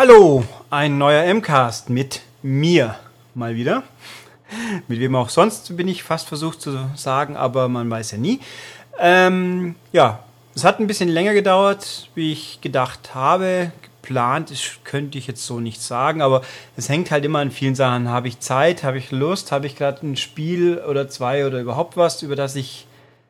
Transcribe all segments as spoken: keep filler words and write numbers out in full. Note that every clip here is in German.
Hallo, ein neuer M-Cast mit mir mal wieder. Mit wem auch sonst, bin ich fast versucht zu sagen, aber man weiß ja nie. Ähm, ja, es hat ein bisschen länger gedauert, wie ich gedacht habe. Geplant ist, könnte ich jetzt so nicht sagen, aber es hängt halt immer an vielen Sachen. Habe ich Zeit, habe ich Lust, habe ich gerade ein Spiel oder zwei oder überhaupt was, über das ich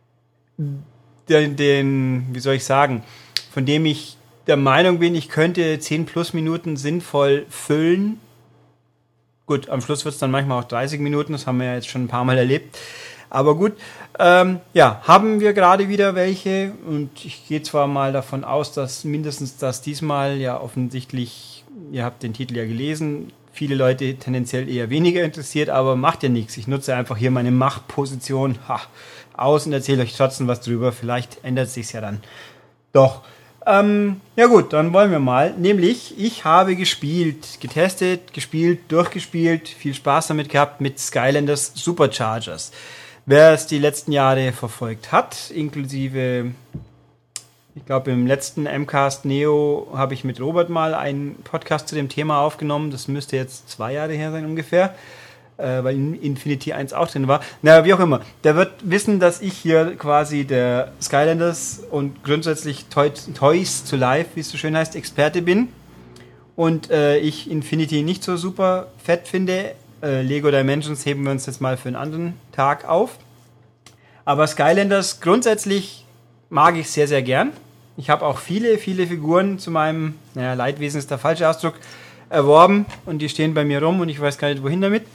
den, den, wie soll ich sagen, von dem ich der Meinung bin, ich könnte zehn plus Minuten sinnvoll füllen. Gut, am Schluss wird es dann manchmal auch dreißig Minuten, das haben wir ja jetzt schon ein paar Mal erlebt. Aber gut, ähm, ja, haben wir gerade wieder welche und ich gehe zwar mal davon aus, dass mindestens das diesmal ja offensichtlich, ihr habt den Titel ja gelesen, viele Leute tendenziell eher weniger interessiert, aber macht ja nichts. Ich nutze einfach hier meine Machtposition ha, aus und erzähle euch trotzdem was drüber. Vielleicht ändert es sich ja dann doch. Ähm, ja gut, dann wollen wir mal. Nämlich, ich habe gespielt, getestet, gespielt, durchgespielt, viel Spaß damit gehabt mit Skylanders Superchargers. Wer es die letzten Jahre verfolgt hat, inklusive, ich glaube im letzten M-Cast Neo habe ich mit Robert mal einen Podcast zu dem Thema aufgenommen. Das müsste jetzt zwei Jahre her sein ungefähr, äh, weil Infinity eins auch drin war. Naja, wie auch immer. Der wird wissen, dass ich hier quasi der Skylanders und grundsätzlich Toy, Toys to Life, wie es so schön heißt, Experte bin. Und äh, ich Infinity nicht so super fett finde. Äh, Lego Dimensions heben wir uns jetzt mal für einen anderen Tag auf. Aber Skylanders grundsätzlich mag ich sehr, sehr gern. Ich habe auch viele, viele Figuren zu meinem, naja, Leidwesen ist der falsche Ausdruck, erworben. Und die stehen bei mir rum und ich weiß gar nicht, wohin damit.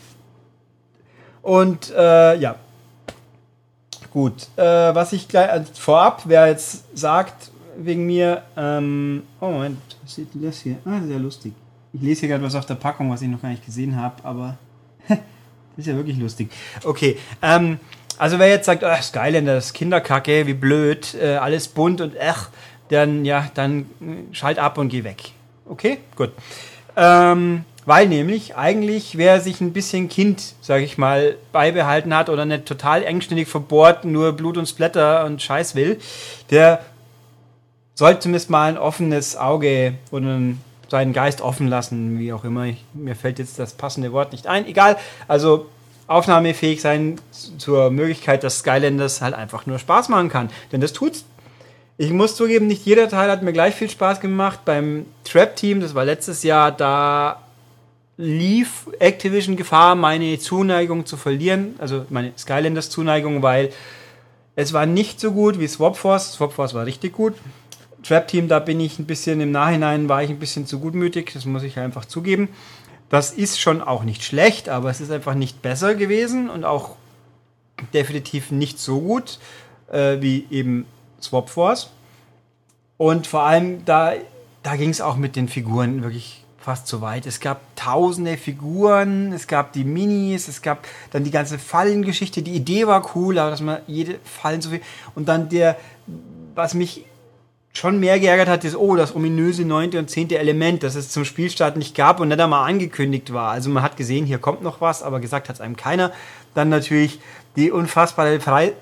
Und äh, ja, gut, äh, was ich gleich also vorab, wer jetzt sagt, wegen mir, ähm, oh Moment, was steht denn das hier? Ah, sehr lustig. Ich lese hier gerade was auf der Packung, was ich noch gar nicht gesehen habe, aber das ist ja wirklich lustig. Okay, ähm, also wer jetzt sagt, oh, Skylanders, Kinderkacke, wie blöd, äh, alles bunt und ach, dann, ja, dann schalt ab und geh weg. Okay, gut. Ähm, Weil nämlich eigentlich, wer sich ein bisschen Kind, sag ich mal, beibehalten hat oder nicht total engständig verbohrt, nur Blut und Splatter und Scheiß will, der sollte zumindest mal ein offenes Auge oder seinen Geist offen lassen, wie auch immer. Ich, mir fällt jetzt das passende Wort nicht ein. Egal, also aufnahmefähig sein zur Möglichkeit, dass Skylanders halt einfach nur Spaß machen kann. Denn das tut's. Ich muss zugeben, nicht jeder Teil hat mir gleich viel Spaß gemacht. Beim Trap-Team, das war letztes Jahr, da lief Activision Gefahr, meine Zuneigung zu verlieren, also meine Skylanders Zuneigung, weil es war nicht so gut wie Swap Force. Swap Force war richtig gut. Trap Team, da bin ich ein bisschen, im Nachhinein war ich ein bisschen zu gutmütig, das muss ich einfach zugeben. Das ist schon auch nicht schlecht, aber es ist einfach nicht besser gewesen und auch definitiv nicht so gut äh, wie eben Swap Force. Und vor allem, da, da ging es auch mit den Figuren wirklich fast zu weit. Es gab tausende Figuren, es gab die Minis, es gab dann die ganze Fallengeschichte. Die Idee war cool, aber dass man jede Fallen so viel... Und dann der, was mich schon mehr geärgert hat, ist, oh, das ominöse neunte und zehnte Element, das es zum Spielstart nicht gab und nicht einmal angekündigt war. Also man hat gesehen, hier kommt noch was, aber gesagt hat es einem keiner. Dann natürlich die unfassbare Pre-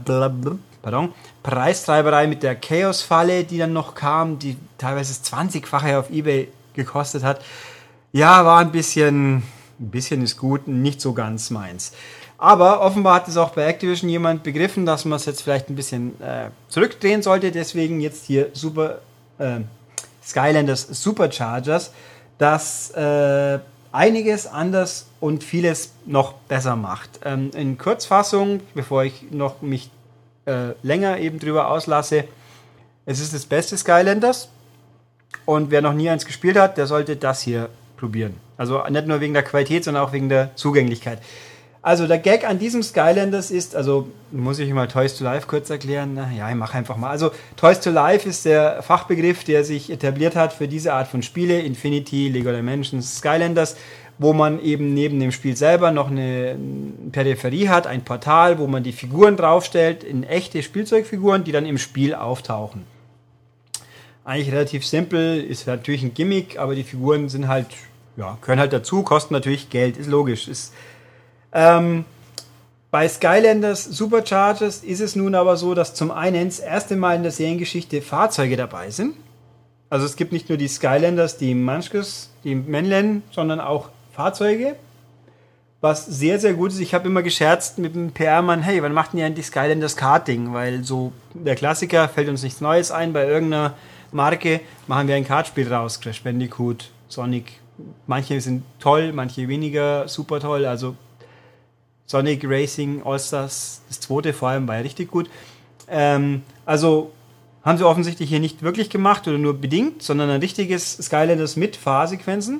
Pardon, Preistreiberei mit der Chaos-Falle, die dann noch kam, die teilweise das zwanzigfache auf eBay gekostet hat. Ja, war ein bisschen, ein bisschen ist gut, nicht so ganz meins. Aber offenbar hat es auch bei Activision jemand begriffen, dass man es jetzt vielleicht ein bisschen äh, zurückdrehen sollte. Deswegen jetzt hier Super äh, Skylanders Superchargers, das äh, einiges anders und vieles noch besser macht. Ähm, in Kurzfassung, bevor ich noch mich äh, länger eben drüber auslasse, es ist das beste Skylanders. Und wer noch nie eins gespielt hat, der sollte das hier probieren. Also nicht nur wegen der Qualität, sondern auch wegen der Zugänglichkeit. Also der Gag an diesem Skylanders ist, also muss ich mal Toys to Life kurz erklären. Na, ja, ich mache einfach mal. Also Toys to Life ist der Fachbegriff, der sich etabliert hat für diese Art von Spiele, Infinity, Lego Dimensions, Skylanders, wo man eben neben dem Spiel selber noch eine Peripherie hat, ein Portal, wo man die Figuren draufstellt, in echte Spielzeugfiguren, die dann im Spiel auftauchen. Eigentlich relativ simpel, ist natürlich ein Gimmick, aber die Figuren sind halt, ja, gehören halt dazu, kosten natürlich Geld, ist logisch. Ist, ähm, bei Skylanders Superchargers ist es nun aber so, dass zum einen das erste Mal in der Seriengeschichte Fahrzeuge dabei sind. Also es gibt nicht nur die Skylanders, die Munchkins, die Männchen, sondern auch Fahrzeuge. Was sehr, sehr gut ist. Ich habe immer gescherzt mit dem P R-Mann, hey, wann macht denn ihr die Skylanders Karting? Weil so der Klassiker, fällt uns nichts Neues ein, bei irgendeiner Marke machen wir ein Kartspiel raus. Crash Bandicoot, Sonic. Manche sind toll, manche weniger super toll. Also Sonic Racing All-Stars, das zweite vor allem, war ja richtig gut. Ähm, also haben sie offensichtlich hier nicht wirklich gemacht oder nur bedingt, sondern ein richtiges Skylanders mit Fahrsequenzen.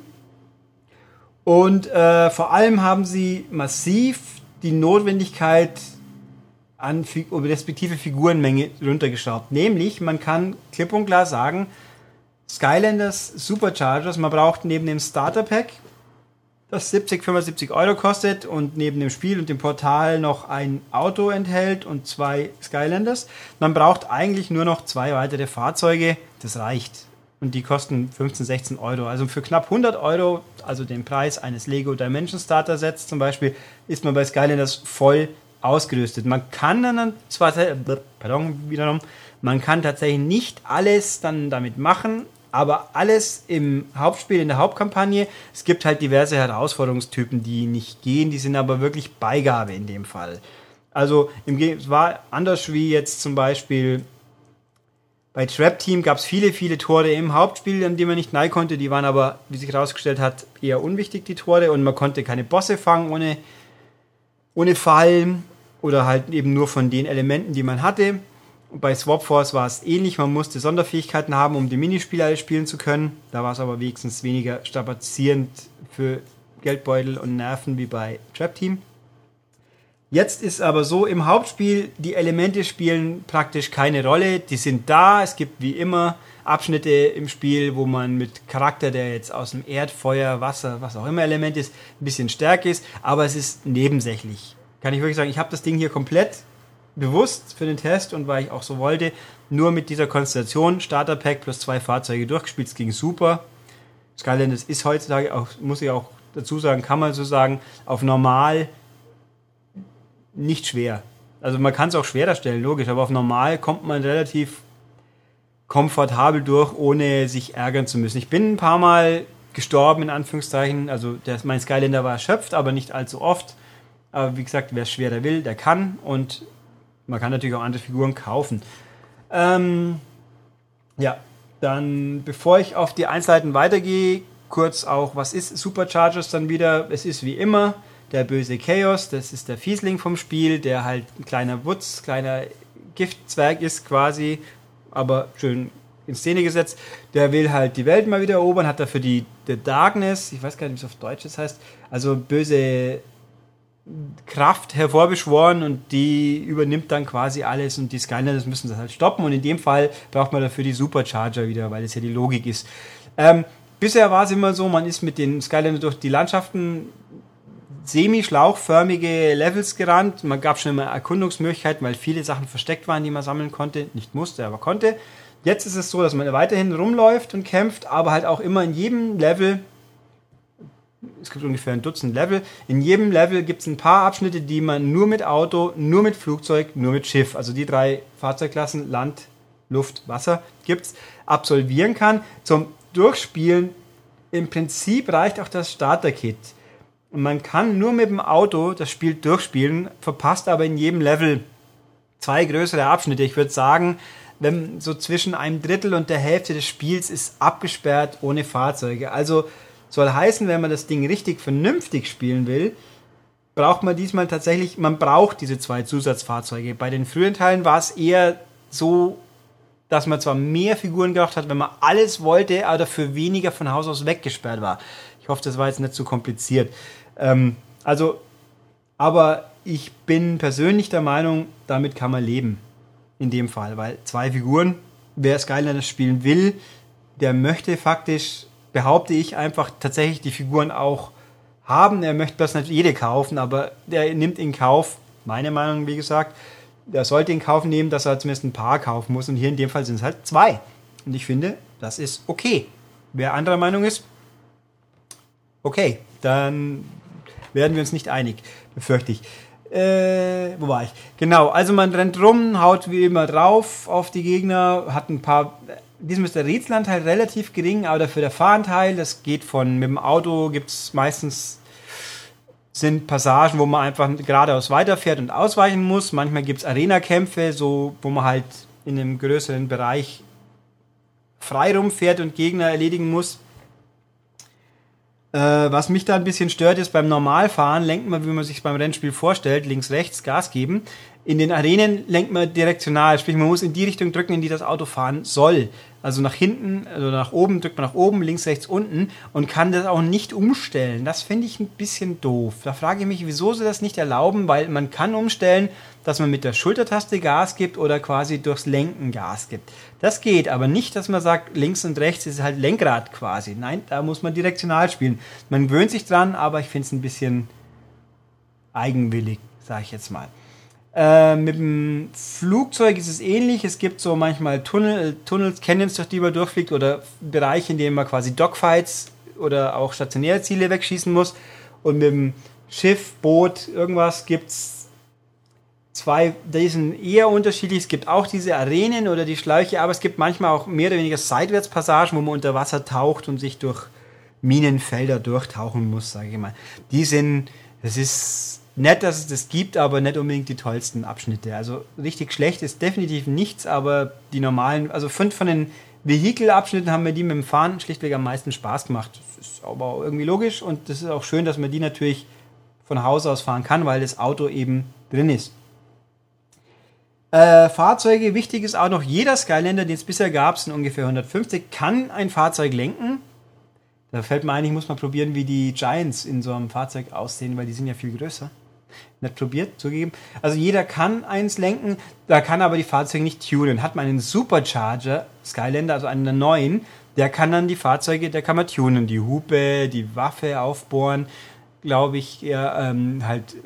Und äh, vor allem haben sie massiv die Notwendigkeit an Fi- respektive Figurenmenge runtergeschraubt. Nämlich, man kann klipp und klar sagen, Skylanders Superchargers, man braucht neben dem Starter Pack, das siebzig, fünfundsiebzig Euro kostet und neben dem Spiel und dem Portal noch ein Auto enthält und zwei Skylanders. Man braucht eigentlich nur noch zwei weitere Fahrzeuge, das reicht. Und die kosten fünfzehn, sechzehn Euro. Also für knapp hundert Euro, also den Preis eines Lego Dimension Starter Sets zum Beispiel, ist man bei Skylanders voll ausgerüstet. Man kann dann zwar, pardon, wiederum, man kann tatsächlich nicht alles dann damit machen, aber alles im Hauptspiel, in der Hauptkampagne. Es gibt halt diverse Herausforderungstypen, die nicht gehen, die sind aber wirklich Beigabe in dem Fall. Also im Ge- es war anders wie jetzt zum Beispiel bei Trap Team gab es viele, viele Tore im Hauptspiel, an die man nicht nahe konnte. Die waren aber, wie sich herausgestellt hat, eher unwichtig, die Tore. Und man konnte keine Bosse fangen ohne, ohne Fallen oder halt eben nur von den Elementen, die man hatte. Und bei Swap Force war es ähnlich. Man musste Sonderfähigkeiten haben, um die Minispiele alle spielen zu können. Da war es aber wenigstens weniger strapazierend für Geldbeutel und Nerven wie bei Trap Team. Jetzt ist aber so, im Hauptspiel, die Elemente spielen praktisch keine Rolle. Die sind da. Es gibt wie immer Abschnitte im Spiel, wo man mit Charakter, der jetzt aus dem Erd, Feuer, Wasser, was auch immer Element ist, ein bisschen stärker ist. Aber es ist nebensächlich. Kann ich wirklich sagen, ich habe das Ding hier komplett bewusst für den Test und weil ich auch so wollte, nur mit dieser Konstellation, Starter Pack plus zwei Fahrzeuge durchgespielt. Es ging super. Skylanders ist heutzutage auch, muss ich auch dazu sagen, kann man so sagen, auf normal nicht schwer. Also man kann es auch schwerer stellen, logisch, aber auf normal kommt man relativ komfortabel durch, ohne sich ärgern zu müssen. Ich bin ein paar Mal gestorben, in Anführungszeichen, also der, mein Skylander war erschöpft, aber nicht allzu oft. Aber wie gesagt, wer es schwerer will, der kann und man kann natürlich auch andere Figuren kaufen. Ähm, ja, dann bevor ich auf die Einzelheiten weitergehe, kurz auch, was ist Superchargers dann wieder? Es ist wie immer der böse Chaos, das ist der Fiesling vom Spiel, der halt ein kleiner Wutz, kleiner Giftzwerg ist quasi, aber schön in Szene gesetzt. Der will halt die Welt mal wieder erobern, hat dafür die The Darkness, ich weiß gar nicht, wie es auf Deutsch das heißt, also böse Kraft hervorbeschworen und die übernimmt dann quasi alles und die Skylanders müssen das halt stoppen und in dem Fall braucht man dafür die Supercharger wieder, weil das ja die Logik ist. Ähm, bisher war es immer so, man ist mit den Skylanders durch die Landschaften semi-schlauchförmige Levels gerannt. Man gab schon immer Erkundungsmöglichkeiten, weil viele Sachen versteckt waren, die man sammeln konnte. Nicht musste, aber konnte. Jetzt ist es so, dass man weiterhin rumläuft und kämpft, aber halt auch immer in jedem Level, es gibt ungefähr ein Dutzend Level, in jedem Level gibt es ein paar Abschnitte, die man nur mit Auto, nur mit Flugzeug, nur mit Schiff, also die drei Fahrzeugklassen, Land, Luft, Wasser, gibt's, absolvieren kann. Zum Durchspielen im Prinzip reicht auch das Starter-Kit. Und man kann nur mit dem Auto das Spiel durchspielen, verpasst aber in jedem Level zwei größere Abschnitte. Ich würde sagen, wenn so zwischen einem Drittel und der Hälfte des Spiels ist abgesperrt ohne Fahrzeuge. Also soll heißen, wenn man das Ding richtig vernünftig spielen will, braucht man diesmal tatsächlich, man braucht diese zwei Zusatzfahrzeuge. Bei den früheren Teilen war es eher so, dass man zwar mehr Figuren gebraucht hat, wenn man alles wollte, aber dafür weniger von Haus aus weggesperrt war. Ich hoffe, das war jetzt nicht zu kompliziert. Ähm, also, aber ich bin persönlich der Meinung, damit kann man leben. In dem Fall, weil zwei Figuren, wer Skylanders spielen will, der möchte faktisch, behaupte ich, einfach tatsächlich die Figuren auch haben. Er möchte das nicht jede kaufen, aber der nimmt in Kauf, meine Meinung, wie gesagt, der sollte in Kauf nehmen, dass er zumindest ein paar kaufen muss. Und hier in dem Fall sind es halt zwei. Und ich finde, das ist okay. Wer anderer Meinung ist, okay, dann werden wir uns nicht einig, befürchte ich. Äh, wo war ich? Genau, also man rennt rum, haut wie immer drauf auf die Gegner, hat ein paar diesem ist der Rätselanteil relativ gering, aber dafür der Fahranteil, das geht von, mit dem Auto gibt es meistens, sind Passagen, wo man einfach geradeaus weiterfährt und ausweichen muss. Manchmal gibt es Arena-Kämpfe, so, wo man halt in einem größeren Bereich frei rumfährt und Gegner erledigen muss. Äh, was mich da ein bisschen stört, ist beim Normalfahren lenkt man, wie man sich beim Rennspiel vorstellt, links, rechts, Gas geben. In den Arenen lenkt man direktional, sprich man muss in die Richtung drücken, in die das Auto fahren soll. Also nach hinten, also nach oben drückt man nach oben, links, rechts, unten und kann das auch nicht umstellen. Das finde ich ein bisschen doof. Da frage ich mich, wieso sie das nicht erlauben, weil man kann umstellen, dass man mit der Schultertaste Gas gibt oder quasi durchs Lenken Gas gibt. Das geht, aber nicht, dass man sagt, links und rechts ist halt Lenkrad quasi. Nein, da muss man direktional spielen. Man gewöhnt sich dran, aber ich finde es ein bisschen eigenwillig, sage ich jetzt mal. Äh, mit dem Flugzeug ist es ähnlich. Es gibt so manchmal Tunnel, Tunnels, Canyons, durch die man durchfliegt oder Bereiche, in denen man quasi Dogfights oder auch stationäre Ziele wegschießen muss. Und mit dem Schiff, Boot, irgendwas gibt es zwei, die sind eher unterschiedlich. Es gibt auch diese Arenen oder die Schläuche, aber es gibt manchmal auch mehr oder weniger Seitwärtspassagen, wo man unter Wasser taucht und sich durch Minenfelder durchtauchen muss, sage ich mal. Die sind, das ist nett, dass es das gibt, aber nicht unbedingt die tollsten Abschnitte. Also richtig schlecht ist definitiv nichts, aber die normalen, also fünf von den Vehikelabschnitten haben mir die mit dem Fahren schlichtweg am meisten Spaß gemacht. Das ist aber auch irgendwie logisch und das ist auch schön, dass man die natürlich von Haus aus fahren kann, weil das Auto eben drin ist. Äh, Fahrzeuge, wichtig ist auch noch, jeder Skylander, den es bisher gab, sind ungefähr hundertfünfzig, kann ein Fahrzeug lenken. Da fällt mir ein, ich muss mal probieren, wie die Giants in so einem Fahrzeug aussehen, weil die sind ja viel größer. Nicht probiert, zugegeben. Also jeder kann eins lenken, da kann aber die Fahrzeuge nicht tunen. Hat man einen Supercharger, Skylander, also einen der neuen, der kann dann die Fahrzeuge, der kann man tunen. Die Hupe, die Waffe aufbohren, glaube ich, eher ähm, halt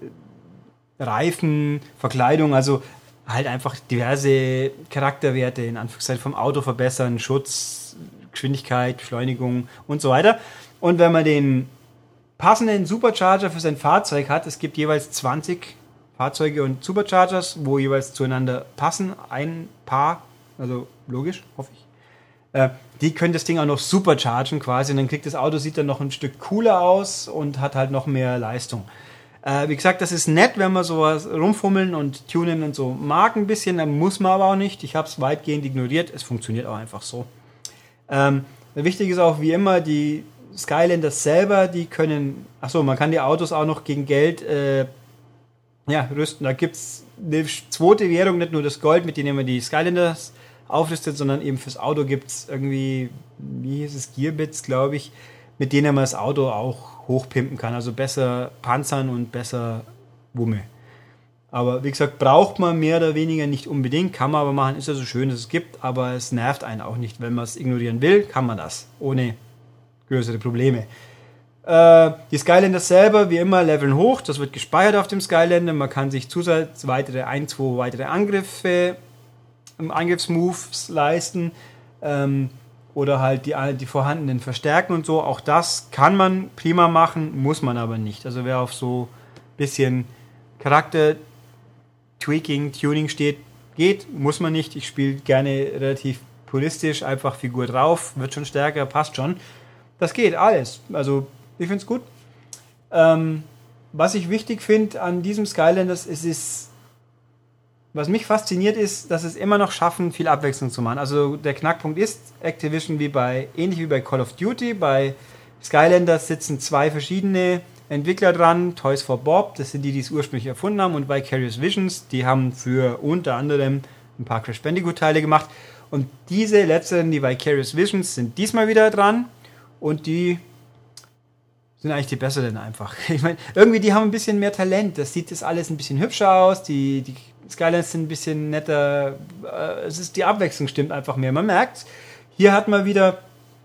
Reifen, Verkleidung, also halt einfach diverse Charakterwerte in Anführungszeichen vom Auto verbessern, Schutz, Geschwindigkeit, Beschleunigung und so weiter. Und wenn man den passenden Supercharger für sein Fahrzeug hat, es gibt jeweils zwanzig Fahrzeuge und Superchargers, wo jeweils zueinander passen, ein Paar, also logisch, hoffe ich. Äh, die können das Ding auch noch superchargen quasi und dann kriegt das Auto, sieht dann noch ein Stück cooler aus und hat halt noch mehr Leistung. Äh, wie gesagt, das ist nett, wenn man sowas rumfummeln und tunen und so mag ein bisschen, dann muss man aber auch nicht. Ich habe es weitgehend ignoriert, es funktioniert auch einfach so. Ähm, wichtig ist auch wie immer, die Skylanders selber, die können, achso, man kann die Autos auch noch gegen Geld äh, ja, rüsten. Da gibt es eine zweite Währung, nicht nur das Gold, mit dem man die Skylanders aufrüstet, sondern eben fürs Auto gibt es irgendwie, wie hieß es, Gearbits, glaube ich, mit denen man das Auto auch hochpimpen kann. Also besser panzern und besser Wumme. Aber wie gesagt, braucht man mehr oder weniger nicht unbedingt, kann man aber machen, ist ja so schön, dass es gibt, aber es nervt einen auch nicht. Wenn man es ignorieren will, kann man das, ohne größere Probleme. Äh, die Skylanders selber, wie immer, leveln hoch, das wird gespeichert auf dem Skylander, man kann sich zusätzlich weitere ein, zwei weitere Angriffe, Angriffsmoves leisten, ähm, oder halt die, die vorhandenen verstärken und so. Auch das kann man prima machen, muss man aber nicht. Also wer auf so ein bisschen Charakter Tweaking, Tuning steht, geht, muss man nicht. Ich spiele gerne relativ puristisch, einfach Figur drauf, wird schon stärker, passt schon. Das geht, alles. Also ich finde es gut. Ähm, was ich wichtig finde an diesem Skylanders, ist, ist, was mich fasziniert ist, dass es immer noch schaffen, viel Abwechslung zu machen. Also der Knackpunkt ist, Activision wie bei, ähnlich wie bei Call of Duty, bei Skylanders sitzen zwei verschiedene Entwickler dran, Toys for Bob, das sind die, die es ursprünglich erfunden haben, und Vicarious Visions, die haben für unter anderem ein paar Crash Bandicoot-Teile gemacht. Und diese letzteren, die Vicarious Visions, sind diesmal wieder dran und die sind eigentlich die besseren einfach. Ich meine, irgendwie, die haben ein bisschen mehr Talent, das sieht das alles ein bisschen hübscher aus, die, die Skylines sind ein bisschen netter, es ist, die Abwechslung stimmt einfach mehr. Man merkt, hier hat man wieder,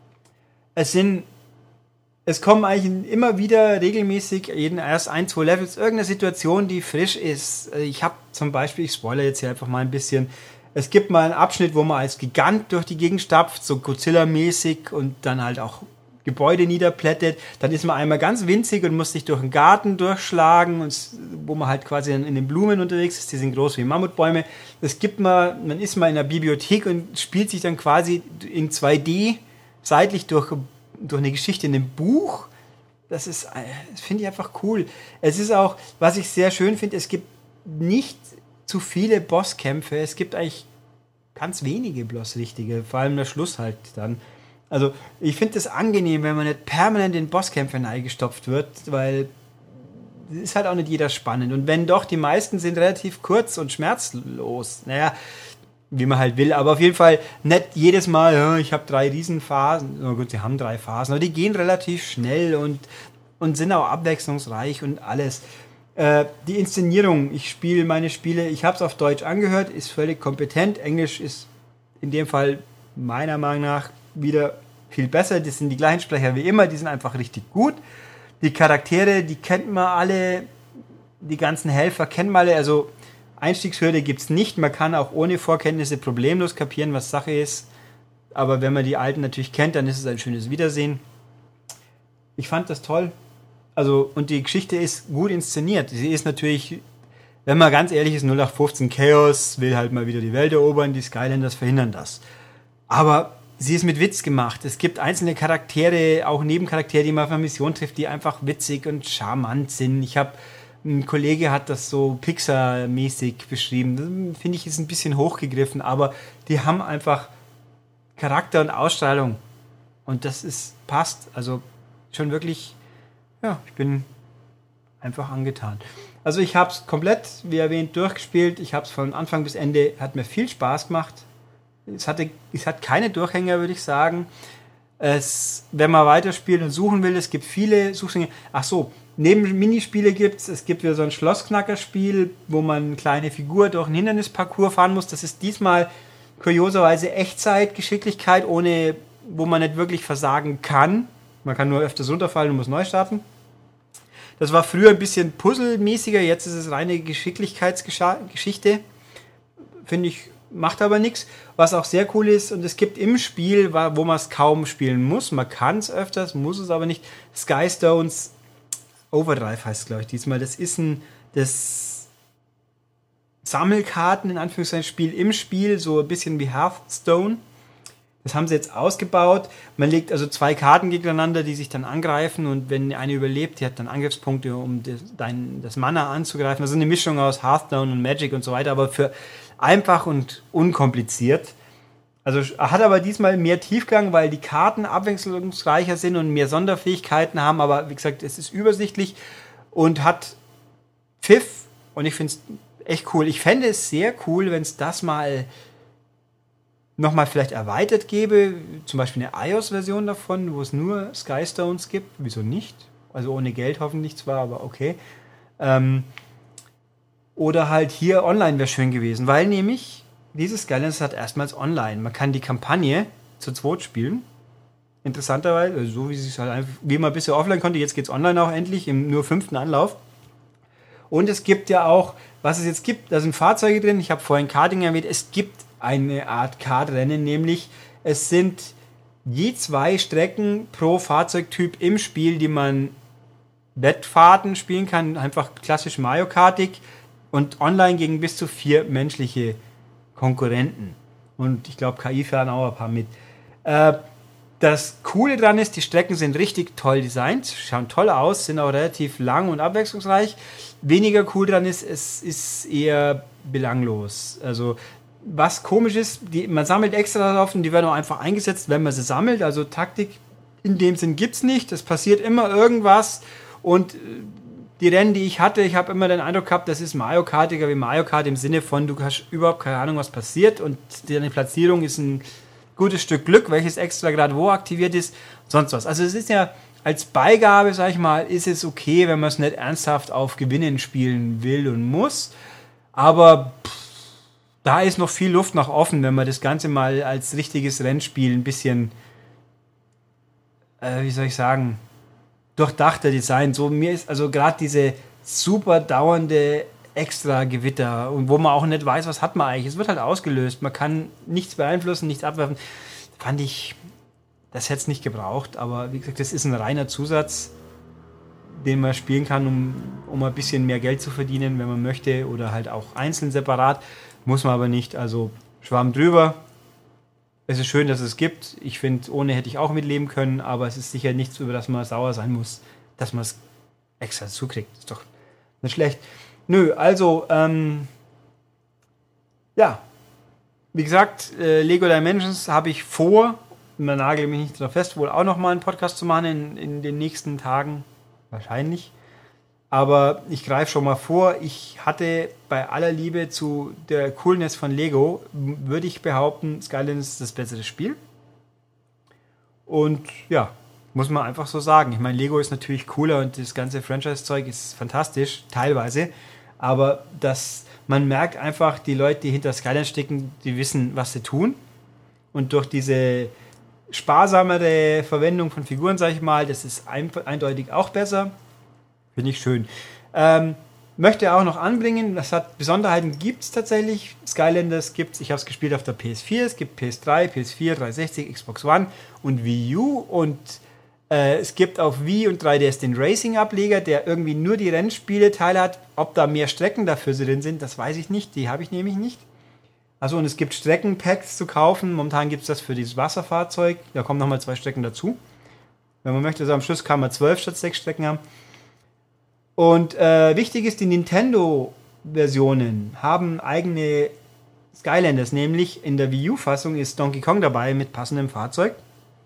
es sind Es kommen eigentlich immer wieder regelmäßig, jeden erst ein, zwei Levels, irgendeine Situation, die frisch ist. Ich habe zum Beispiel, ich spoilere jetzt hier einfach mal ein bisschen, es gibt mal einen Abschnitt, wo man als Gigant durch die Gegend stapft, so Godzilla-mäßig und dann halt auch Gebäude niederplättet. Dann ist man einmal ganz winzig und muss sich durch den Garten durchschlagen, und wo man halt quasi in den Blumen unterwegs ist. Die sind groß wie Mammutbäume. Das gibt man, man ist mal in der Bibliothek und spielt sich dann quasi in zwei D seitlich durch, durch eine Geschichte in einem Buch. Das ist, das finde ich einfach cool. Es ist auch, was ich sehr schön finde, es gibt nicht zu viele Bosskämpfe. Es gibt eigentlich ganz wenige bloß richtige, vor allem der Schluss halt dann. Also ich finde es angenehm, wenn man nicht permanent in Bosskämpfe eingestopft wird, weil es ist halt auch nicht jeder spannend. Und wenn doch, die meisten sind relativ kurz und schmerzlos. Naja, wie man halt will, aber auf jeden Fall nicht jedes Mal, ja, ich habe drei Riesenphasen. Na gut, sie haben drei Phasen, aber die gehen relativ schnell und, und sind auch abwechslungsreich und alles. Äh, die Inszenierung, ich spiele meine Spiele, ich habe es auf Deutsch angehört, ist völlig kompetent. Englisch ist in dem Fall meiner Meinung nach wieder viel besser. Das sind die gleichen Sprecher wie immer, die sind einfach richtig gut. Die Charaktere, die kennt man alle, die ganzen Helfer kennen man alle, also Einstiegshürde gibt es nicht. Man kann auch ohne Vorkenntnisse problemlos kapieren, was Sache ist. Aber wenn man die Alten natürlich kennt, dann ist es ein schönes Wiedersehen. Ich fand das toll. Also, und die Geschichte ist gut inszeniert. Sie ist natürlich, wenn man ganz ehrlich ist, null acht fünfzehn Chaos, will halt mal wieder die Welt erobern, die Skylanders verhindern das. Aber sie ist mit Witz gemacht. Es gibt einzelne Charaktere, auch Nebencharaktere, die man auf einer Mission trifft, die einfach witzig und charmant sind. Ich habe Ein Kollege hat das so Pixar-mäßig beschrieben. Das finde ich ist ein bisschen hochgegriffen, aber die haben einfach Charakter und Ausstrahlung. Und das ist, passt. Also schon wirklich, ja, ich bin einfach angetan. Also ich habe es komplett, wie erwähnt, durchgespielt. Ich habe es von Anfang bis Ende, hat mir viel Spaß gemacht. Es, hatte, es hat keine Durchhänger, würde ich sagen. Es, wenn man weiterspielt und suchen will, es gibt viele Suchdinge. Ach so, neben Minispiele gibt es, es gibt wieder so ein Schlossknackerspiel, wo man eine kleine Figur durch einen Hindernisparcours fahren muss. Das ist diesmal kurioserweise Echtzeitgeschicklichkeit, ohne, wo man nicht wirklich versagen kann. Man kann nur öfters runterfallen und muss neu starten. Das war früher ein bisschen puzzlemäßiger, jetzt ist es reine Geschicklichkeitsgeschichte. Finde ich, macht aber nichts. Was auch sehr cool ist, und es gibt im Spiel, wo man es kaum spielen muss, man kann es öfters, muss es aber nicht, Skystones Overdrive heißt es, glaube ich, diesmal. Das ist ein das Sammelkarten, in Anführungszeichen, Spiel im Spiel, so ein bisschen wie Hearthstone. Das haben sie jetzt ausgebaut. Man legt also zwei Karten gegeneinander, die sich dann angreifen, und wenn eine überlebt, die hat dann Angriffspunkte, um das, dein, das Mana anzugreifen. Das ist eine Mischung aus Hearthstone und Magic und so weiter, aber für einfach und unkompliziert. Also hat aber diesmal mehr Tiefgang, weil die Karten abwechslungsreicher sind und mehr Sonderfähigkeiten haben, aber wie gesagt, es ist übersichtlich und hat Pfiff, und ich finde es echt cool. Ich fände es sehr cool, wenn es das mal nochmal vielleicht erweitert gäbe, zum Beispiel eine iOS-Version davon, wo es nur Skystones gibt. Wieso nicht? Also ohne Geld hoffentlich zwar, aber okay. Ähm, oder halt hier online wäre schön gewesen, weil nämlich dieses Skylanders hat erstmals online. Man kann die Kampagne zu zweit spielen. Interessanterweise, also so wie es halt einfach, wie man bisher offline konnte, jetzt geht es online auch endlich im nur fünften Anlauf. Und es gibt ja auch, was es jetzt gibt, da sind Fahrzeuge drin. Ich habe vorhin Karting erwähnt. Es gibt eine Art Kartrennen, nämlich es sind je zwei Strecken pro Fahrzeugtyp im Spiel, die man Wettfahrten spielen kann, einfach klassisch Mario Kartig, und online gegen bis zu vier menschliche Konkurrenten. Und ich glaube, K I fahren auch ein paar mit. Äh, das Coole dran ist, die Strecken sind richtig toll designt, schauen toll aus, sind auch relativ lang und abwechslungsreich. Weniger cool dran ist, es ist eher belanglos. Also was komisch ist, die, man sammelt extra drauf und die werden auch einfach eingesetzt, wenn man sie sammelt. Also Taktik in dem Sinn gibt es nicht. Es passiert immer irgendwas, und die Rennen, die ich hatte, ich habe immer den Eindruck gehabt, das ist Mario Kartiger wie Mario Kart im Sinne von, du hast überhaupt keine Ahnung, was passiert, und deine Platzierung ist ein gutes Stück Glück, welches extra gerade wo aktiviert ist, sonst was. Also es ist ja als Beigabe, sag ich mal, ist es okay, wenn man es nicht ernsthaft auf Gewinnen spielen will und muss, aber pff, da ist noch viel Luft nach offen, wenn man das Ganze mal als richtiges Rennspiel ein bisschen, äh, wie soll ich sagen, durchdachter Design. So, mir ist also gerade diese super dauernde Extra-Gewitter, und wo man auch nicht weiß, was hat man eigentlich. Es wird halt ausgelöst. Man kann nichts beeinflussen, nichts abwerfen. Fand ich, das hätte es nicht gebraucht, aber wie gesagt, das ist ein reiner Zusatz, den man spielen kann, um, um ein bisschen mehr Geld zu verdienen, wenn man möchte, oder halt auch einzeln separat, muss man aber nicht, also Schwamm drüber. Es ist schön, dass es gibt. Ich finde, ohne hätte ich auch mitleben können, aber es ist sicher nichts, über das man sauer sein muss, dass man es extra zukriegt. Ist doch nicht schlecht. Nö, also, ähm, ja, wie gesagt, äh, Lego Dimensions habe ich vor, man nagelt mich nicht darauf fest, wohl auch nochmal einen Podcast zu machen in, in den nächsten Tagen, wahrscheinlich. Aber ich greife schon mal vor, ich hatte bei aller Liebe zu der Coolness von Lego, würde ich behaupten, Skylanders ist das bessere Spiel. Und ja, muss man einfach so sagen. Ich meine, Lego ist natürlich cooler und das ganze Franchise-Zeug ist fantastisch, teilweise. Aber das, man merkt einfach, die Leute, die hinter Skylanders stecken, die wissen, was sie tun. Und durch diese sparsamere Verwendung von Figuren, sage ich mal, das ist ein, eindeutig auch besser. Finde ich schön. Ähm, möchte auch noch anbringen, das hat Besonderheiten, gibt es tatsächlich. Skylanders gibt es, ich habe es gespielt auf der P S vier, es gibt P S drei, P S vier, dreihundertsechzig, Xbox One und Wii U. Und äh, es gibt auf Wii und drei D S den Racing-Ableger, der irgendwie nur die Rennspiele-Teile hat. Ob da mehr Strecken dafür drin sind, das weiß ich nicht. Die habe ich nämlich nicht. Also und es gibt Streckenpacks zu kaufen. Momentan gibt es das für dieses Wasserfahrzeug. Da kommen nochmal zwei Strecken dazu. Wenn man möchte, also am Schluss kann man zwölf statt sechs Strecken haben. Und äh, wichtig ist, die Nintendo-Versionen haben eigene Skylanders, nämlich in der Wii U-Fassung ist Donkey Kong dabei mit passendem Fahrzeug.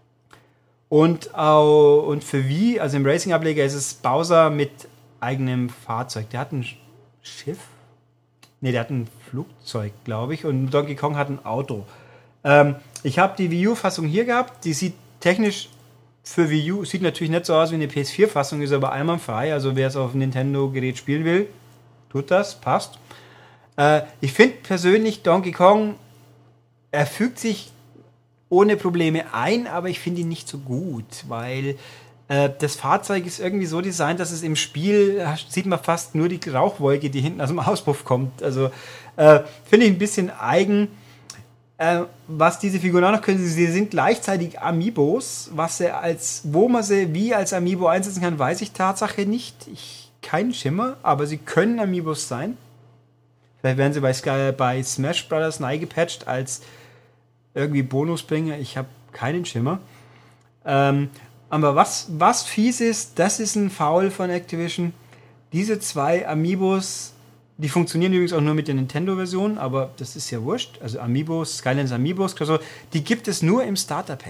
Und, auch, und für Wii, also im Racing-Ableger, ist es Bowser mit eigenem Fahrzeug. Der hat ein Schiff? Ne, der hat ein Flugzeug, glaube ich. Und Donkey Kong hat ein Auto. Ähm, ich habe die Wii U-Fassung hier gehabt. Die sieht technisch für Wii U, sieht natürlich nicht so aus wie eine P S vier Fassung, ist aber einwandfrei. Also wer es auf dem Nintendo-Gerät spielen will, tut das, passt. Äh, ich finde persönlich Donkey Kong, er fügt sich ohne Probleme ein, aber ich finde ihn nicht so gut, weil äh, das Fahrzeug ist irgendwie so designt, dass es im Spiel, sieht man fast nur die Rauchwolke, die hinten aus dem Auspuff kommt. Also äh, finde ich ein bisschen eigen. Äh, was diese Figuren auch noch können, sie sind gleichzeitig Amiibos, was sie als, wo man sie wie als Amiibo einsetzen kann, weiß ich Tatsache nicht. Ich, kein Schimmer, aber sie können Amiibos sein. Vielleicht werden sie bei, Sky, bei Smash Brothers neu gepatcht als irgendwie Bonusbringer. Ich habe keinen Schimmer. Ähm, aber was, was fies ist, das ist ein Foul von Activision. Diese zwei Amiibos, die funktionieren übrigens auch nur mit der Nintendo-Version, aber das ist ja wurscht. Also Amiibos, Skylanders Amiibos, die gibt es nur im Starter-Pack.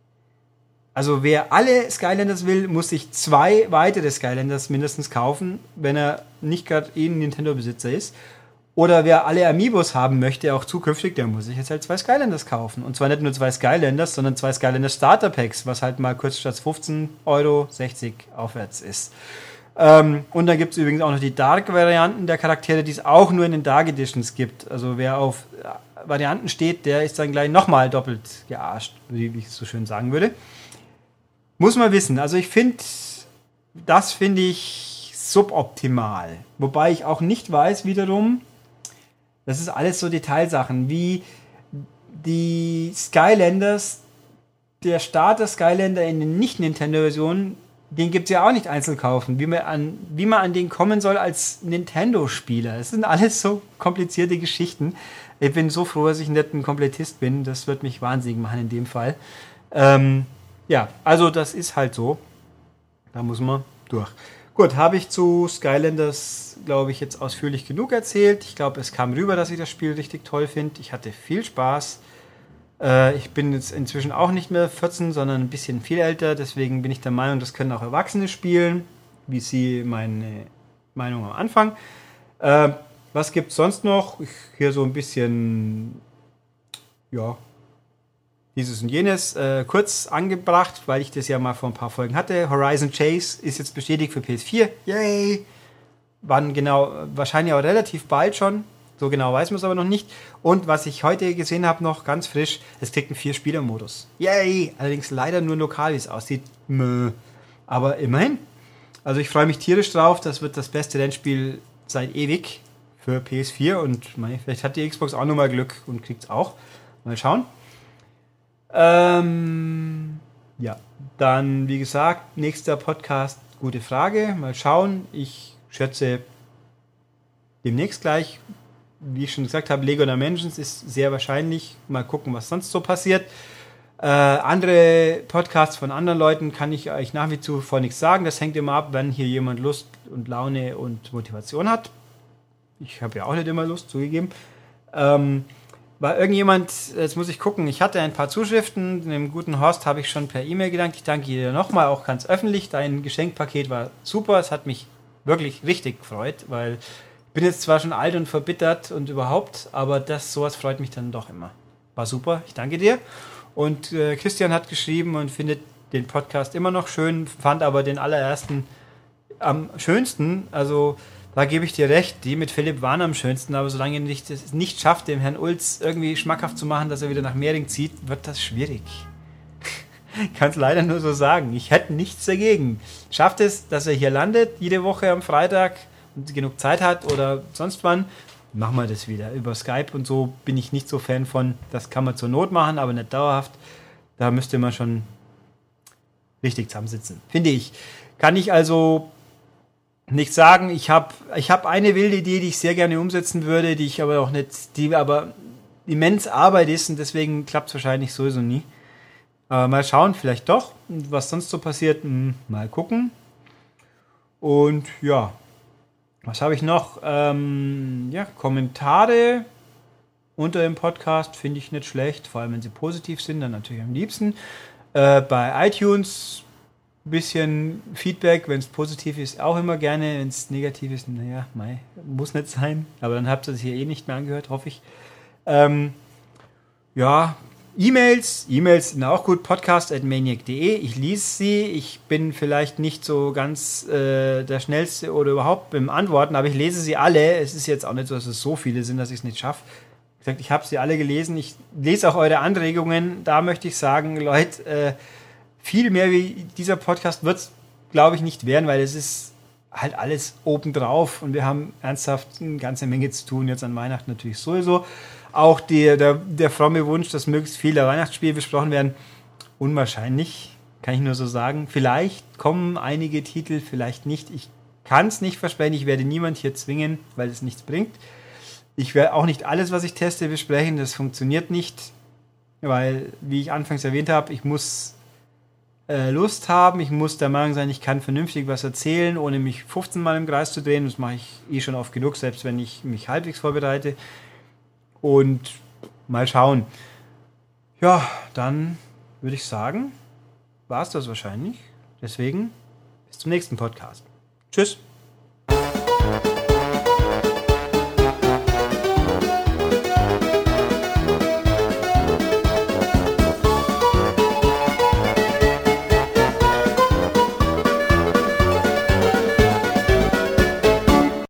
Also wer alle Skylanders will, muss sich zwei weitere Skylanders mindestens kaufen, wenn er nicht gerade eh ein Nintendo-Besitzer ist. Oder wer alle Amiibos haben möchte, auch zukünftig, der muss sich jetzt halt zwei Skylanders kaufen. Und zwar nicht nur zwei Skylanders, sondern zwei Skylanders Starter-Packs, was halt mal kurz statt fünfzehn Euro sechzig aufwärts ist. Ähm, und dann gibt es übrigens auch noch die Dark-Varianten der Charaktere, die es auch nur in den Dark Editions gibt. Also wer auf Varianten steht, der ist dann gleich nochmal doppelt gearscht, wie ich es so schön sagen würde. Muss man wissen. Also ich finde, das finde ich suboptimal. Wobei ich auch nicht weiß wiederum, das ist alles so Detailsachen, wie die Skylanders, der Starter Skylander in den Nicht-Nintendo-Versionen, den gibt es ja auch nicht einzeln kaufen, wie man, an, wie man an den kommen soll als Nintendo-Spieler. Das sind alles so komplizierte Geschichten. Ich bin so froh, dass ich nicht ein Komplettist bin. Das wird mich wahnsinnig machen in dem Fall. Ähm, ja, also das ist halt so. Da muss man durch. Gut, habe ich zu Skylanders, glaube ich, jetzt ausführlich genug erzählt. Ich glaube, es kam rüber, dass ich das Spiel richtig toll finde. Ich hatte viel Spaß. Äh, ich bin jetzt inzwischen auch nicht mehr vierzehn, sondern ein bisschen viel älter. Deswegen bin ich der Meinung, das können auch Erwachsene spielen, wie sie meine Meinung am Anfang. Äh, was gibt es sonst noch? Ich, hier so ein bisschen, ja, dieses und jenes äh, kurz angebracht, weil ich das ja mal vor ein paar Folgen hatte. Horizon Chase ist jetzt bestätigt für P S vier. Yay! Wann genau? Wahrscheinlich auch relativ bald schon. So genau weiß man es aber noch nicht. Und was ich heute gesehen habe, noch ganz frisch, es kriegt einen Vier-Spieler-Modus. Yay! Allerdings leider nur lokal, wie es aussieht. Mö. Aber immerhin. Also ich freue mich tierisch drauf. Das wird das beste Rennspiel seit ewig für P S vier. Und mei, vielleicht hat die Xbox auch nochmal Glück und kriegt es auch. Mal schauen. Ähm, ja, dann wie gesagt, nächster Podcast, gute Frage, mal schauen. Ich schätze demnächst gleich, wie ich schon gesagt habe, Lego Dimensions ist sehr wahrscheinlich. Mal gucken, was sonst so passiert. Äh, andere Podcasts von anderen Leuten kann ich euch nach wie vor nichts sagen. Das hängt immer ab, wenn hier jemand Lust und Laune und Motivation hat. Ich habe ja auch nicht immer Lust, zugegeben. Ähm, war irgendjemand, jetzt muss ich gucken, ich hatte ein paar Zuschriften, dem guten Horst habe ich schon per E-Mail gedankt. Ich danke dir nochmal, auch ganz öffentlich. Dein Geschenkpaket war super, es hat mich wirklich richtig gefreut, weil ich bin jetzt zwar schon alt und verbittert und überhaupt, aber das sowas freut mich dann doch immer. War super, ich danke dir. Und äh, Christian hat geschrieben und findet den Podcast immer noch schön, fand aber den allerersten am schönsten. Also da gebe ich dir recht, die mit Philipp waren am schönsten, aber solange er nicht, es nicht schafft, dem Herrn Ulz irgendwie schmackhaft zu machen, dass er wieder nach Mehring zieht, wird das schwierig. Ich kann es leider nur so sagen. Ich hätte nichts dagegen. Schafft es, dass er hier landet, jede Woche am Freitag und genug Zeit hat oder sonst wann, machen wir das wieder. Über Skype und so bin ich nicht so Fan von. Das kann man zur Not machen, aber nicht dauerhaft. Da müsste man schon richtig zusammensitzen, finde ich. Kann ich also nicht sagen. Ich habe ich hab eine wilde Idee, die ich sehr gerne umsetzen würde, die ich aber auch nicht, die aber immens Arbeit ist und deswegen klappt es wahrscheinlich sowieso nie. Aber mal schauen, vielleicht doch. Was sonst so passiert, mal gucken. Und ja, was habe ich noch? Ähm, ja, Kommentare unter dem Podcast finde ich nicht schlecht, vor allem wenn sie positiv sind, dann natürlich am liebsten. Äh, bei iTunes ein bisschen Feedback, wenn es positiv ist, auch immer gerne. Wenn es negativ ist, naja, mei, muss nicht sein. Aber dann habt ihr es hier eh nicht mehr angehört, hoffe ich. Ähm, ja, E-Mails, E-Mails sind auch gut, podcast at maniac punkt de, ich lese sie, ich bin vielleicht nicht so ganz äh, der Schnellste oder überhaupt beim Antworten, aber ich lese sie alle, es ist jetzt auch nicht so, dass es so viele sind, dass ich es nicht schaffe. Wie gesagt, ich habe sie alle gelesen, ich lese auch eure Anregungen, da möchte ich sagen, Leute, äh, viel mehr wie dieser Podcast wird es, glaube ich, nicht werden, weil es ist halt alles obendrauf und wir haben ernsthaft eine ganze Menge zu tun, jetzt an Weihnachten natürlich sowieso. Auch die, der, der fromme Wunsch, dass möglichst viele Weihnachtsspiele besprochen werden, unwahrscheinlich, kann ich nur so sagen. Vielleicht kommen einige Titel, vielleicht nicht. Ich kann es nicht versprechen, ich werde niemand hier zwingen, weil es nichts bringt. Ich werde auch nicht alles, was ich teste, besprechen, das funktioniert nicht, weil, wie ich anfangs erwähnt habe, ich muss äh, Lust haben, ich muss der Meinung sein, ich kann vernünftig was erzählen, ohne mich fünfzehn Mal im Kreis zu drehen. Das mache ich eh schon oft genug, selbst wenn ich mich halbwegs vorbereite. Und mal schauen. Ja, dann würde ich sagen, war es das wahrscheinlich. Deswegen bis zum nächsten Podcast. Tschüss.